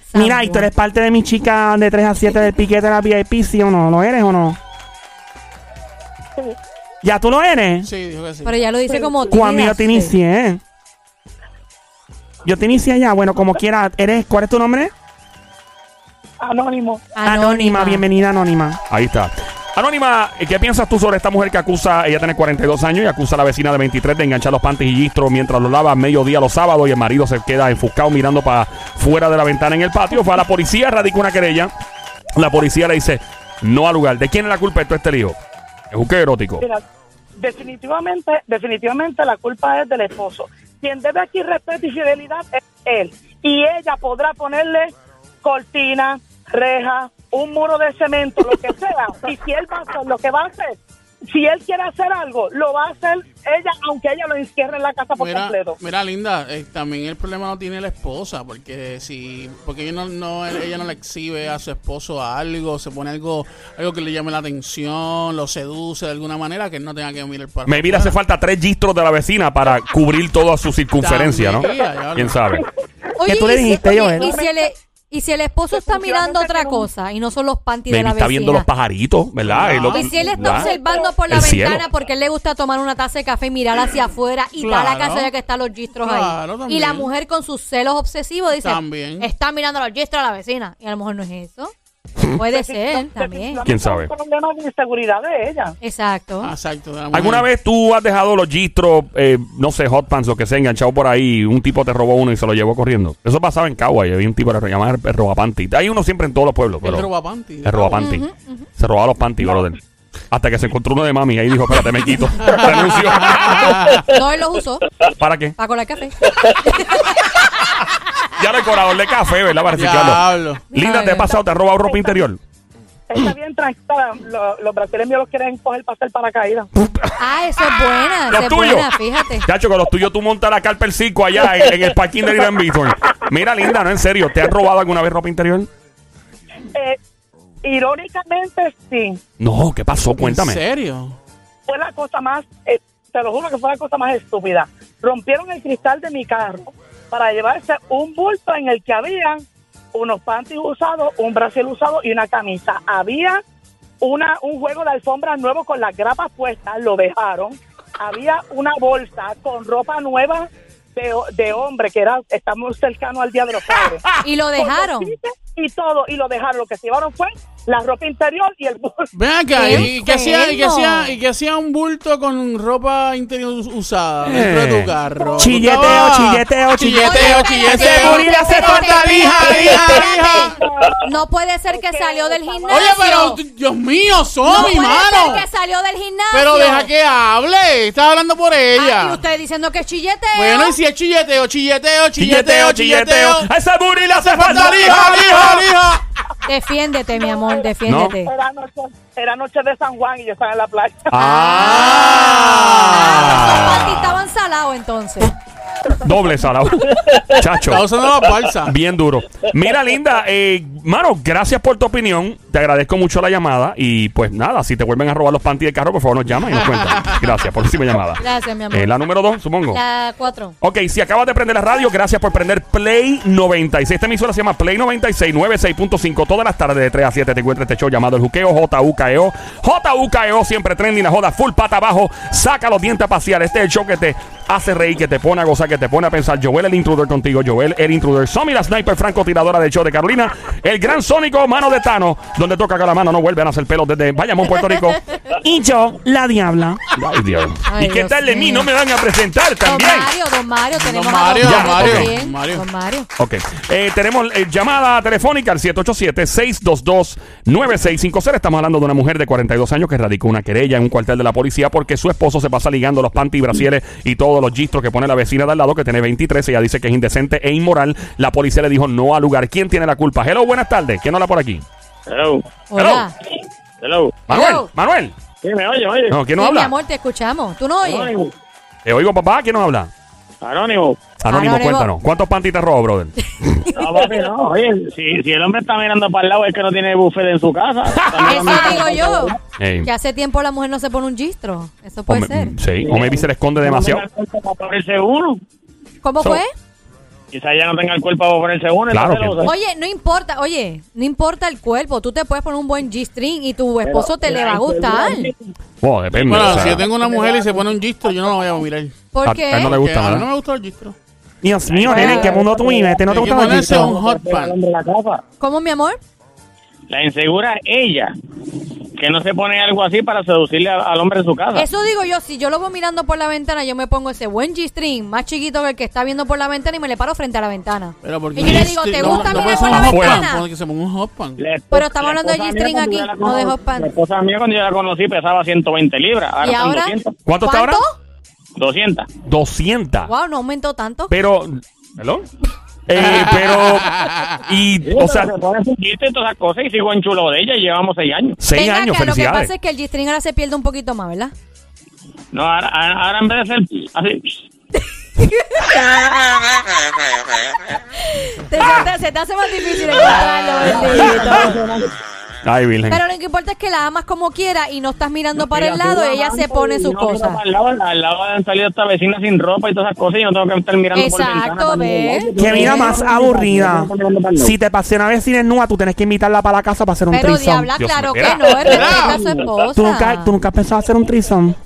Mira, y tú eres parte de mi chica de tres a siete del piquete de la V I P, ¿sí o no? ¿Lo eres o no? Sí. ¿Ya tú lo eres? Sí, dijo que sí. Pero ya lo dice como Cuando tía, yo te sí. inicié. Yo te inicié ya. Bueno, como quiera. ¿Eres, ¿Cuál es tu nombre? Anónimo. Anónima. Bienvenida, Anónima. Ahí está. Anónima, ¿qué piensas tú sobre esta mujer que acusa, ella tiene cuarenta y dos años y acusa a la vecina de veintitrés de enganchar los panties y gistros mientras los lava a mediodía los sábados y el marido se queda enfuscado mirando para fuera de la ventana en el patio? Fue a la policía, radicó una querella. La policía le dice, no al lugar. ¿De quién es la culpa de todo este lío? ¿Es juqueo erótico? Mira, definitivamente, definitivamente la culpa es del esposo. Quien debe aquí respeto y fidelidad es él. Y ella podrá ponerle cortina, reja, un muro de cemento, lo que sea. Y si él va a hacer lo que va a hacer, si él quiere hacer algo, lo va a hacer ella, aunque ella lo encierre en la casa por Mira, completo. mira, Linda, eh, también el problema no tiene la esposa, porque si, porque ella no, no, ella no le exhibe a su esposo a algo, se pone algo, algo que le llame la atención, lo seduce de alguna manera, que él no tenga que mirar para Me mira, hace falta tres gistros de la vecina para cubrir toda su circunferencia, ¿no? También, ya, ya. ¿Quién sabe? Oye, ¿Qué tú le y si- dijiste, oye, Joel? y si el, y si el esposo está mirando otra cosa y no son los panties de Baby la está vecina. viendo los pajaritos, ¿verdad? Ah. Y lo- Y si él está ¿verdad? observando por la El ventana cielo. porque él le gusta tomar una taza de café y mirar hacia afuera y está la Claro. casa ya que están los gistros Claro, ahí. también. Y la mujer con sus celos obsesivos dice, También. está mirando los gistros a la vecina. Y a lo mejor no es eso. Puede ser también. ¿Quién sabe? Es un problema de inseguridad de ella. Exacto. Ah, exacto. de la mujer. ¿Alguna vez tú has dejado los gistros, eh, no sé, hot pants, lo que sea, enganchado por ahí, un tipo te robó uno y se lo llevó corriendo? Eso pasaba en Cagua, y había un tipo que se llamaba el, el robapanti. Hay uno siempre en todos los pueblos. El Pero robapanti. el robapanti. Se robaba los panties, brother. Hasta que se encontró uno de mami y ahí dijo, espérate, me quito. Renunció. No, él los usó ¿Para qué? para colar café. Ya no hay colador de café, ¿verdad? Para reciclarlo. Diablo. Linda, ¿te ha pasado? ¿Te has robado ropa interior? Está bien tranquila. Lo- los brasileños míos los quieren coger para hacer paracaídas. Ah, eso es buena. Los Eso es tuyos. buena, fíjate. Chacho, con los tuyos tú montas la carpa el circo allá en, en el parking de Irán Bithorn. Mira, Linda, no, en serio, ¿te has robado alguna vez ropa interior? Eh, irónicamente, sí. No, ¿qué pasó? ¿En Cuéntame. serio? Fue la cosa más, eh, te lo juro que fue la cosa más estúpida. Rompieron el cristal de mi carro para llevarse un bulto en el que habían unos panties usados, un brasil usado y una camisa. Había una un juego de alfombras nuevo con las grapas puestas, lo dejaron. Había una bolsa con ropa nueva de, de hombre, que era, estamos cercanos al Día de los Padres. Y lo dejaron. Con los y todo, y lo dejaron. Lo que se llevaron fue la ropa interior y el bolso. Ven acá, ¡Qué ¿y qué hacía, y qué enfermo! hacía, y qué hacía un bulto con ropa interior us- usada dentro de tu carro? Chilleteo, ¿Tú estabas- chilleteo, chilleteo, Oye, chilleteo. espérate, Seguro le hace espérate, falta lija, espérate, lija, espérate. lija. No puede ser que salió del gimnasio. Oye, pero, Dios mío, no Somi, puede mano. ser que salió del gimnasio. Pero deja que hable. Estás hablando por Ah, y ella. usted diciendo que es chilleteo. Bueno, y si es chilleteo, chilleteo, Chilleteo, chilleteo, chilleteo. chilleteo. A ese booty le hace falta Falta lija, lija, lija. Defiéndete, mi amor, defiéndete. Era noche, era noche de San Juan y yo estaba en la playa. Ah, esos Ah. panties estaban salados entonces. Doble salado. Chacho. Está usando la balsa. Bien duro. Mira, Linda, eh, mano, gracias por tu opinión. Te agradezco mucho la llamada. Y pues nada, si te vuelven a robar los panties del carro, por favor nos llama y nos cuentan. Gracias por tu llamada. Gracias, mi amor. Eh, la número dos, supongo. La cuatro. Ok, si acabas de prender la radio, gracias por prender Play noventa y seis. Esta emisora se llama Play noventa y seis, noventa y seis punto cinco. Todas las tardes de tres a siete te encuentras este show llamado El Juqueo, J U K E O. J U K E O, siempre trending, la joda full pata abajo. Saca los dientes a pasear. Este es el show que te hace reír, que te pone a gozar, que te pone a pensar. Joel el intruder contigo, Joel el intruder. Somi la sniper francotiradora del show de Carolina. El gran sónico, mano de Tano, donde toca que la mano no vuelven a hacer pelos desde Bayamón, Puerto Rico. Y yo, la diabla. Ay, Dios. Ay, ¿Y qué Dios tal de mí? mío. No me van a presentar Don también. Mario, don Mario, tenemos Don a Mario, don don Mario, Mario, también. don Mario. Don Mario. Ok, eh, tenemos eh, llamada telefónica al siete ocho siete, seis dos dos, nueve seis cinco cero. Estamos hablando de una mujer de cuarenta y dos años que radicó una querella en un cuartel de la policía porque su esposo se pasa ligando los panty, brasieres y todos los gistros que pone la vecina de al lado, que tiene veintitrés. Ella dice que es indecente e inmoral. La policía le dijo no al lugar. ¿Quién tiene la culpa? Hello, buenas tardes. ¿Quién habla por aquí? Hello. Hola. Hello. Manuel. Hello. Manuel. Sí, me oye, oye. No, ¿quién nos Sí, mi habla? amor, te escuchamos. ¿Tú no oyes? Anónimo. Te oigo, papá. ¿Quién nos habla? Anónimo. Anónimo, Anónimo. cuéntanos. ¿Cuántos panty te robó, brother? No, papi, no. Oye, si, si el hombre está mirando para el lado es que no tiene buffet en su casa. Eso digo yo. Ey. Que hace tiempo la mujer no se pone un gistro. Eso puede O me- ser. Sí, o maybe se le esconde demasiado. Para ponerse uno. ¿Cómo So- fue? Quizá ella no tenga el cuerpo para ponerse uno. Claro entonces que- lo usa. Oye, no importa, oye, no importa el cuerpo. Tú te puedes poner un buen G-string y tu esposo te le va a gustar. Bueno, depende. Bueno, o sea, si yo tengo una mujer y se pone un gistro, yo no la voy a mirar. ¿Por a- qué? a él no le Porque gusta, a mí ¿verdad? no me gusta el gistro. Dios mío, nene, ¿en qué mundo tú vives? ¿Te no te Hay que gusta el ponerse gistro? un hot pan. De la casa. ¿Cómo, mi amor? La insegura es ella, que no se pone algo así para seducirle a- al hombre en su casa. Eso digo yo, si yo lo veo mirando por la ventana, yo me pongo ese buen G-string, más chiquito que el que está viendo por la ventana y me le paro frente a la ventana. Pero porque Y yo le digo, ¿te no- gusta no mirar puede por ser la un hot pan, ventana? porque se ponga un hot pan. La esp- Pero estamos la hablando de esposa G-string mía, cuando aquí, yo la no de conocí- hot pan. La esposa mía cuando yo la conocí pesaba ciento veinte libras. Ahora ¿Y están ahora? doscientos. ¿Cuánto está ahora? doscientos. doscientos. Wow, no aumentó tanto. Pero, ¿hello? Eh, pero, y, o sea, se pone su chiste y todas esas cosas y sigo en chulo de ella y llevamos seis años. seis Venga, años, que lo que felicidades. pasa es que el G-string ahora se pierde un poquito más, ¿verdad? No, ahora, ahora ahora en vez de ser así, Te- se, te, se te hace más difícil encontrarlo, bendito. Ay, Virgen. Pero lo que importa es que la amas como quiera y no estás mirando para el lado y ella se pone sus no, miro cosas. para el lado, al lado han salido esta vecina sin ropa y todas esas cosas y yo tengo que estar mirando por Exacto, ventana. para ¿ves? ningún lado. Qué vida más aburrida. Si te pasé una vecina nua, tú tienes que invitarla para la casa para hacer un Pero trisón. diabla, Dios claro mío, que mira. no, él respeta a su esposa. ¿Tú nunca, ¿Tú nunca has pensado hacer un trisón?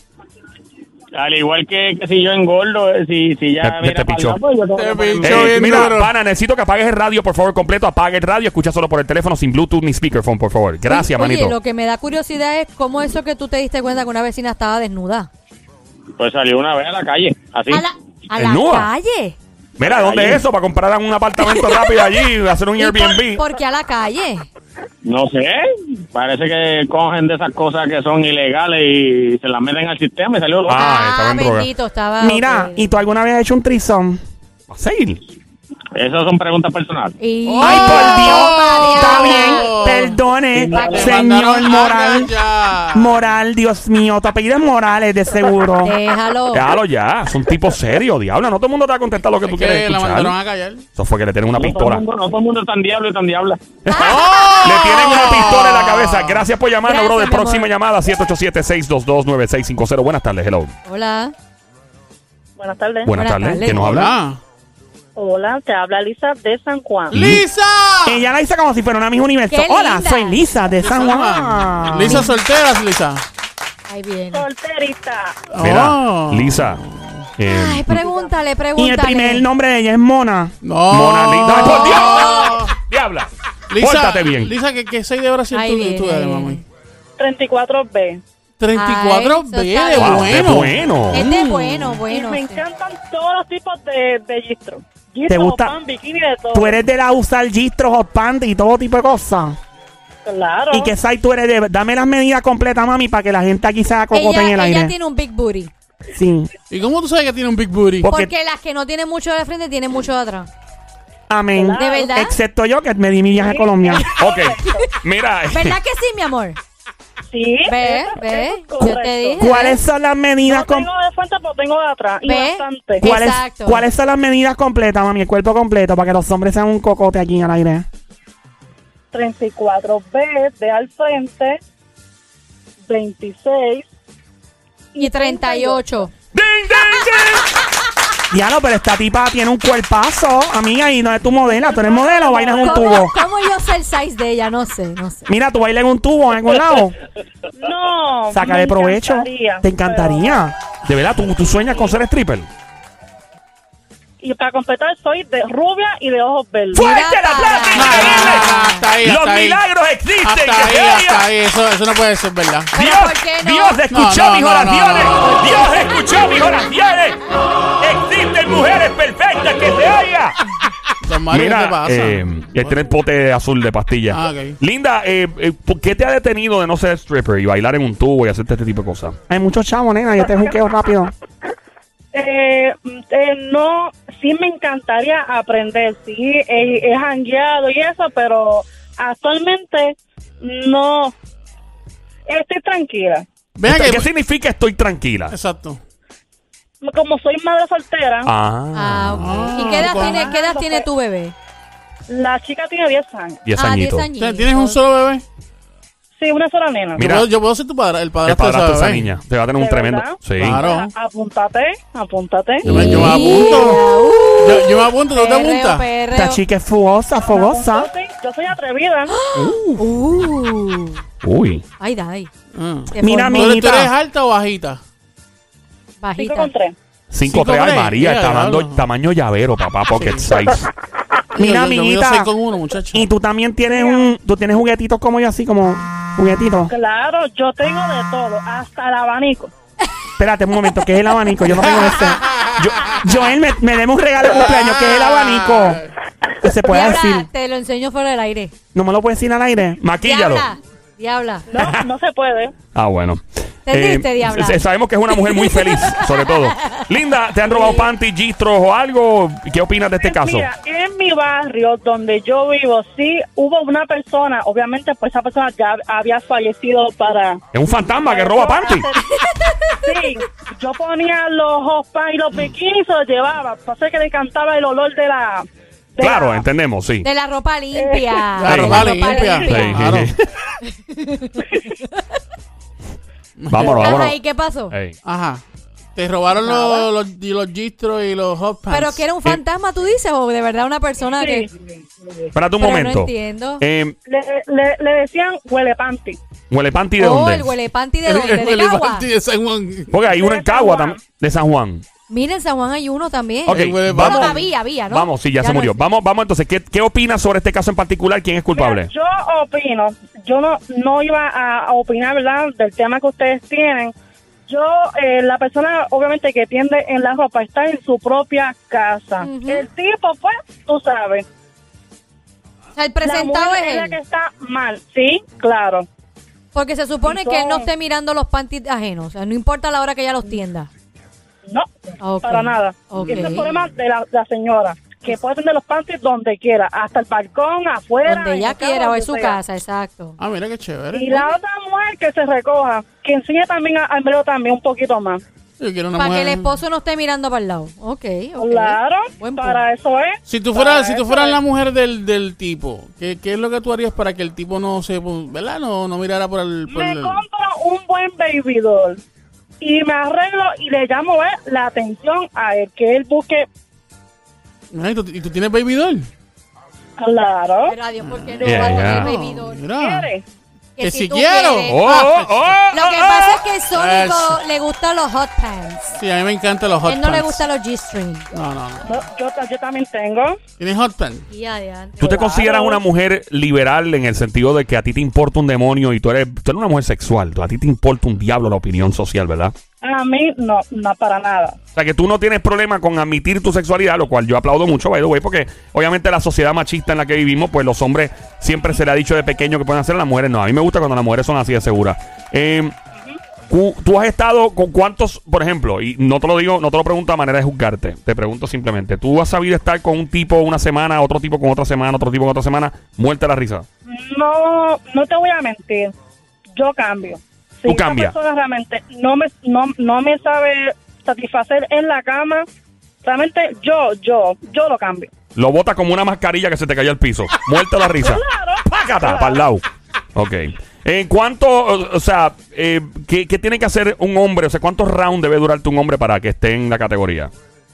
Al igual que, que si yo engordo, eh, si, si ya Te- mira te para el pichó. lado, pues yo tengo Te que poner- pichó. Eh, bien mira, duro. pana, necesito que apagues el radio, por favor, completo. Apague el radio, escucha solo por el teléfono, sin Bluetooth ni speakerphone, por favor. Gracias, Oye, manito. lo que me da curiosidad es cómo eso que tú te diste cuenta que una vecina estaba desnuda. Pues salió una vez a la calle, así. A la, a la ¿Desnuda? calle. Mira, ¿dónde es eso? Para comprar un apartamento rápido allí, hacer un ¿Y por, Airbnb. por qué a la calle? No sé, parece que cogen de esas cosas que son ilegales y se las meten al sistema y salió loco. Ah, estaba en droga. bendito, estaba... Mira, ok. ¿y tú alguna vez has hecho un trisón? Sí. Esas son preguntas personales. Y- ¡Ay, por Dios! María. Está bien, perdone, Le señor mandaron Moral. algas ya. Moral, Dios mío, tu apellido es Morales, de seguro. Déjalo. Déjalo ya, son tipos serios, diablo. No todo el mundo te va a contestar lo que tú Es quieres que la escuchar. mandaron a callar. Eso fue que le tienen una No todo, el pistola. mundo, no todo el mundo es tan diablo y tan diabla. Le tienen una pistola en la cabeza. Gracias por llamarnos, Gracias, bro. De mi próxima amor. llamada, siete ocho siete, seis dos dos, nueve seis cinco cero. Buenas tardes, hello. Hola. Buenas tardes. Buenas Buenas tardes. tardes. ¿Quién nos habla? Hola. Hola, te habla Lisa de San Juan. ¡Lisa! Ella la hizo como si fuera una Miss Universo. ¡Qué Hola, linda! soy Lisa de San Juan. Lisa solteras, Lisa. Ahí viene. Solterita. Mira, Oh. Lisa. eh, Ay, pregúntale, Y pregúntale. el primer nombre de ella es Mona. No. Mona Lisa. ¡Ay, por Dios! ¡Diabla! Lisa, Pórtate bien. Lisa, ¿qué, qué seis de horas Ahí tú, viene, tú ahí eres, viene. mami? treinta y cuatro B. treinta y cuatro Ay, B, eso de está Wow, qué bueno. bueno. Es de bueno, Y bueno. me sí. encantan todos los tipos de, de gistro. ¿Te Gistro, gusta? pan, bikini, de todo. Tú eres de la usar gistros, hot panty y todo tipo de cosas. Claro. ¿Y qué size tú eres de? Dame las medidas completas, mami, para que la gente aquí se haga cocote en el Ella, aire. ella tiene un big booty. Sí. ¿Y cómo tú sabes que tiene un big booty? Porque- Porque las que no tienen mucho de frente tienen mucho de atrás. Amén. ¿De verdad? Excepto yo, que me di mi viaje a Colombia. Ok. Mira. ¿Verdad que sí, mi amor? Sí. Ve, eso- ve. eso es Yo te correcto. dije. ¿Cuáles son las medidas No com- tengo de frente, pero tengo de atrás. Y ¿Ve? bastante. ¿Cuáles, Exacto. ¿Cuáles son las medidas completas, mami? El cuerpo completo, para que los hombres sean un cocote aquí en el aire. treinta y cuatro B de al frente. veintiséis. Y treinta y ocho. ¡Ding, ding, ding! Ya no, pero esta tipa tiene un cuerpazo, amiga, y no es tu modelo. ¿Tú eres modelo o bailas en un ¿Cómo, tubo? ¿Cómo yo sé el size de ella? No sé, no sé. Mira, tú bailas en un tubo en algún lado. No. Saca me de provecho. encantaría, Te encantaría. De verdad, ¿tú, tú sueñas con ser stripper. pero- Y para completar, soy de rubia y de ojos verdes. ¡Fuerte Mira el aplauso! para- ¡Increíble! Hasta ahí, ¡Los hasta ahí. milagros existen! Hasta que ahí, se hasta oiga. ahí. Eso, eso no puede ser verdad. ¿Pero Dios, por qué no? Dios escuchó No, no, mis no, oraciones. no, no. Dios escuchó mis oraciones. Existen mujeres perfectas que se oiga. Don Mario, ¿qué te Mira, pasa? eh, él tiene el pote azul de pastillas. Ah, ok. Linda, eh, eh, ¿por qué te ha detenido de no ser stripper y bailar en un tubo y hacerte este tipo de cosas? Hay muchos chavos, nena, yo te juqueo rápido. Eh, eh, no, sí me encantaría aprender, sí, he, he jangueado y eso, pero actualmente no, estoy tranquila. Venga ¿Qué que... significa estoy tranquila? Exacto. Como soy madre soltera, Ah, Ah, ok. Ah, ¿Y qué edad, ¿cómo? tiene, qué edad tiene tu bebé? la chica tiene diez años. diez Ah, añitos. diez añitos. ¿Tienes un solo bebé? Sí, una sola nena. Mira. Yo puedo, yo puedo ser tu padre, el El padrastro de padrastro de esa esa bebé. niña. Te va a tener un ¿De tremendo. verdad? Sí. Claro. A- Apúntate, apúntate. Yo me, yo me apunto. Yo, yo me apunto, ¿tú te Perreo, apuntas? perreo. Esta chica es fogosa, fogosa. Yo soy, yo soy atrevida. Uh. Uy. Ay, dai. Ah. Se Mira, formó. ¿Tú, eres- tú Amiguita. eres alta o bajita? Cinco Bajita. con tres. cinco tres, ay tres. María, Yeah, está dando diablo. tamaño llavero, papá, pocket size. Mira, Yo- yo- yo mido amiguita. seis con uno, muchacho. Y tú también tienes un... Tú tienes juguetitos como yo, así como... Juguetitos. Claro, yo tengo de todo, hasta el abanico. Espérate un momento, ¿qué es el abanico? Yo no tengo ese. Yo, Joel, me, me demos un regalo de cumpleaños, ¿qué es el abanico? Que se puede Diabla, decir. te lo enseño fuera del aire. ¿No me lo puedes decir al aire? Maquíllalo. Diabla. Diabla. No, no se puede. Ah, bueno. ¿Entendiste, diabla? s- Sabemos que es una mujer muy feliz, sobre todo. Linda, ¿te han robado panty, gistros o algo? ¿Qué opinas de este caso? Mira, en mi barrio donde yo vivo, sí hubo una persona, obviamente pues esa persona ya había fallecido para... Es un fantasma que roba panty. Sí, yo ponía los hot pants y los bikinis y se los llevaba. Pasa que le encantaba el olor de la... de Claro, la- entendemos, sí. De la ropa limpia. La De ropa limpia. Sí, Claro. sí. Vámonos, Ajá, vámonos. ¿y qué pasó? Ey. Ajá. Te robaron los, los, y los gistros y los hot pants. ¿Pero que era un fantasma, tú dices? ¿O de verdad una persona que...? Espérate un Pero no momento. entiendo. Eh, Le, le, le decían huele panty. ¿Huele panty de Oh, dónde? el huele panty de El- dónde, el- de el Cagua. panty de San Juan. Porque hay uno en De San Cagua Juan. también, de San Juan. Mira, en San Juan hay uno también. Ok, El huele vamos. Bueno, panty. había, había, ¿no? Vamos, sí, ya, se no murió. es- Vamos, vamos entonces. ¿Qué, ¿Qué opinas sobre este caso en particular? ¿Quién es culpable? Mira, yo opino, yo no, no iba a, a opinar, ¿verdad?, del tema que ustedes tienen. Yo, eh, la persona, obviamente, que tiende en la ropa está en su propia casa. Ujú. El tipo, pues, tú sabes. O sea, el La presentado mujer es es la él. que está mal, sí, claro. Porque se supone Y que él no son- esté mirando los panties ajenos. O sea, no importa la hora que ella los tienda. No, Ok. para nada. Ok. Ese es el problema de la, la señora, que puede tener los panties donde quiera, hasta el balcón, afuera. Donde en ella el carro, quiera o en donde su sea. casa, exacto. Ah, mira qué chévere. Y la otra mujer que se recoja, que enseñe también a- al medio también un poquito más. Yo quiero una Para que mujer- el esposo no esté mirando para el lado. Ok, ok. Claro, Buen para eso es. Si tú fueras, Para si tú eso fueras es. la mujer del, del tipo, ¿qué, ¿qué es lo que tú harías para que el tipo no se, ¿verdad? No, no mirara por el... Por Me el... compro un buen baby doll y me arreglo y le llamo, ¿eh?, la atención a él, que él busque. Ay, ¿tú- ¿Y tú tienes baby doll? Claro. Pero adiós, ¿por qué no Yeah, va a tener yeah. baby doll? Mira. ¿Quiere? Que si tú quiero. quieres- ¡Oh, oh, oh! Lo que oh, pasa oh. es que Sónico Eso. le gustan los hot pants. Sí, a mí me encantan los hot Él no le pants. gustan los G-string. No, no, no. No, yo, ta- yo también tengo. ¿Tienes hot pants? Y adelante. ¿Tú te Claro. consideras una mujer liberal en el sentido de que a ti te importa un demonio y tú eres, tú eres una mujer sexual? A ti te importa un diablo la opinión social, ¿verdad? A mí no, no para nada. O sea, que tú no tienes problema con admitir tu sexualidad, lo cual yo aplaudo mucho, by the way, porque obviamente la sociedad machista en la que vivimos, pues los hombres siempre se le ha dicho de pequeño que pueden hacer, a las mujeres no. A mí me gusta cuando las mujeres son así de seguras. Eh, cu- tú has estado con cuántos, por ejemplo, y no te lo digo, no te lo pregunto a manera de juzgarte, te pregunto simplemente, ¿tú has sabido estar con un tipo una semana, otro tipo con otra semana, otro tipo con otra semana, muerta la risa? No, no te voy a mentir. Yo cambio. Si Tú esa cambias. persona realmente no me, no, no me sabe satisfacer en la cama, realmente yo, yo, yo lo cambio. Lo bota como una mascarilla que se te cayó al piso, muerta la risa. Claro. ¡Pácata! Para el lado. Ok. En cuanto, o, o sea, eh, ¿qué, ¿qué tiene que hacer un hombre? O sea, ¿cuántos rounds debe durarte un hombre para que esté en la categoría?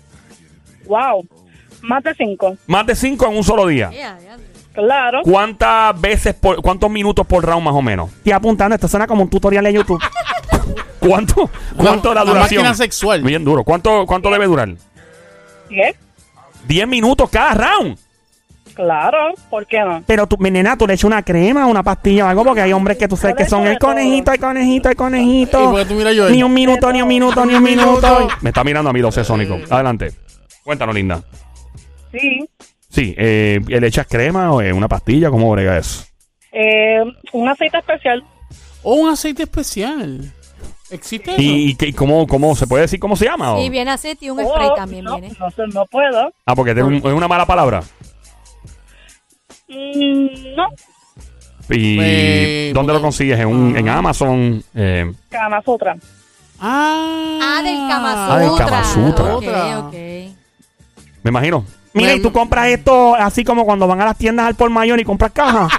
Wow. Más de cinco. Más de cinco en un solo día. Y adelante. Claro. ¿Cuántas veces, por, cuántos minutos por round más o menos? Estoy apuntando, esto suena como un tutorial de YouTube. ¿Cuánto? ¿Cuánto Una- la una duración? máquina sexual. Bien duro. ¿Cuánto, cuánto debe durar? ¿Qué? Diez minutos cada round. Claro. ¿Por qué no? Pero tú, mi nena, tú le echas una crema, una pastilla o algo, porque hay hombres que tú sabes Por que son eso el de todo. conejito, el conejito, el ¿Y conejito. por qué tú miras yo? Ni un minuto, ni un minuto, ni un minuto. Me está mirando a mí, lo sé, Sónico. Adelante. Cuéntanos, linda. Sí. Sí, eh, ¿le echas crema o eh, una pastilla? ¿Cómo brega eso? Eh, un aceite especial. O un aceite especial. ¿Existe eso? ¿Y, y qué- cómo, cómo se puede decir cómo se llama? o? Y viene aceite y un spray Oh, también no, viene. No sé, no puedo. Ah, porque es un- es una mala palabra. Mm, no. ¿Y Eh, dónde porque- lo consigues? ¿En, un, en Ah. Amazon? Eh, Kama Sutra. Ah, Ah, del Kama Sutra. Ah, del Kama Sutra. Ok, Otra. ok. me imagino. Mira, y tú compras esto así como cuando van a las tiendas al por mayor y compras cajas.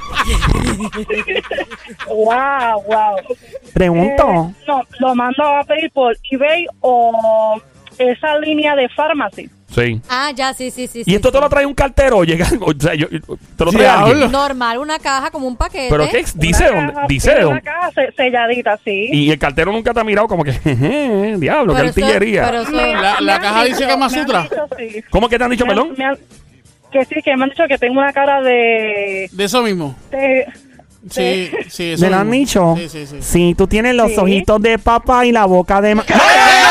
Wow, wow. Pregunto. Eh, no, lo mando a pedir por eBay o esa línea de Pharmacy. Sí. Ah, ya, sí, sí, sí. Y sí, esto sí. te lo trae un cartero, llega, o sea, yo, te lo trae Diablo. alguien. Normal, una caja como un paquete. Pero qué dice Una dónde, caja, dice sí, de una dónde. caja se- selladita, sí. Y el cartero nunca te ha mirado como que, jeje, diablo, qué Pero eso- artillería. pero eso- Me- La- me la han caja dice dicho- Kama me han Sutra. dicho, sí. ¿Cómo que te han dicho, Me han- perdón? me han- que sí, que me han dicho que tengo una cara de... De eso mismo. de Sí, sí, eso ¿Me lo han mismo. dicho? Sí, sí, sí. Sí, tú tienes los Sí. ojitos de papá y la boca de... ma- ¡Eh!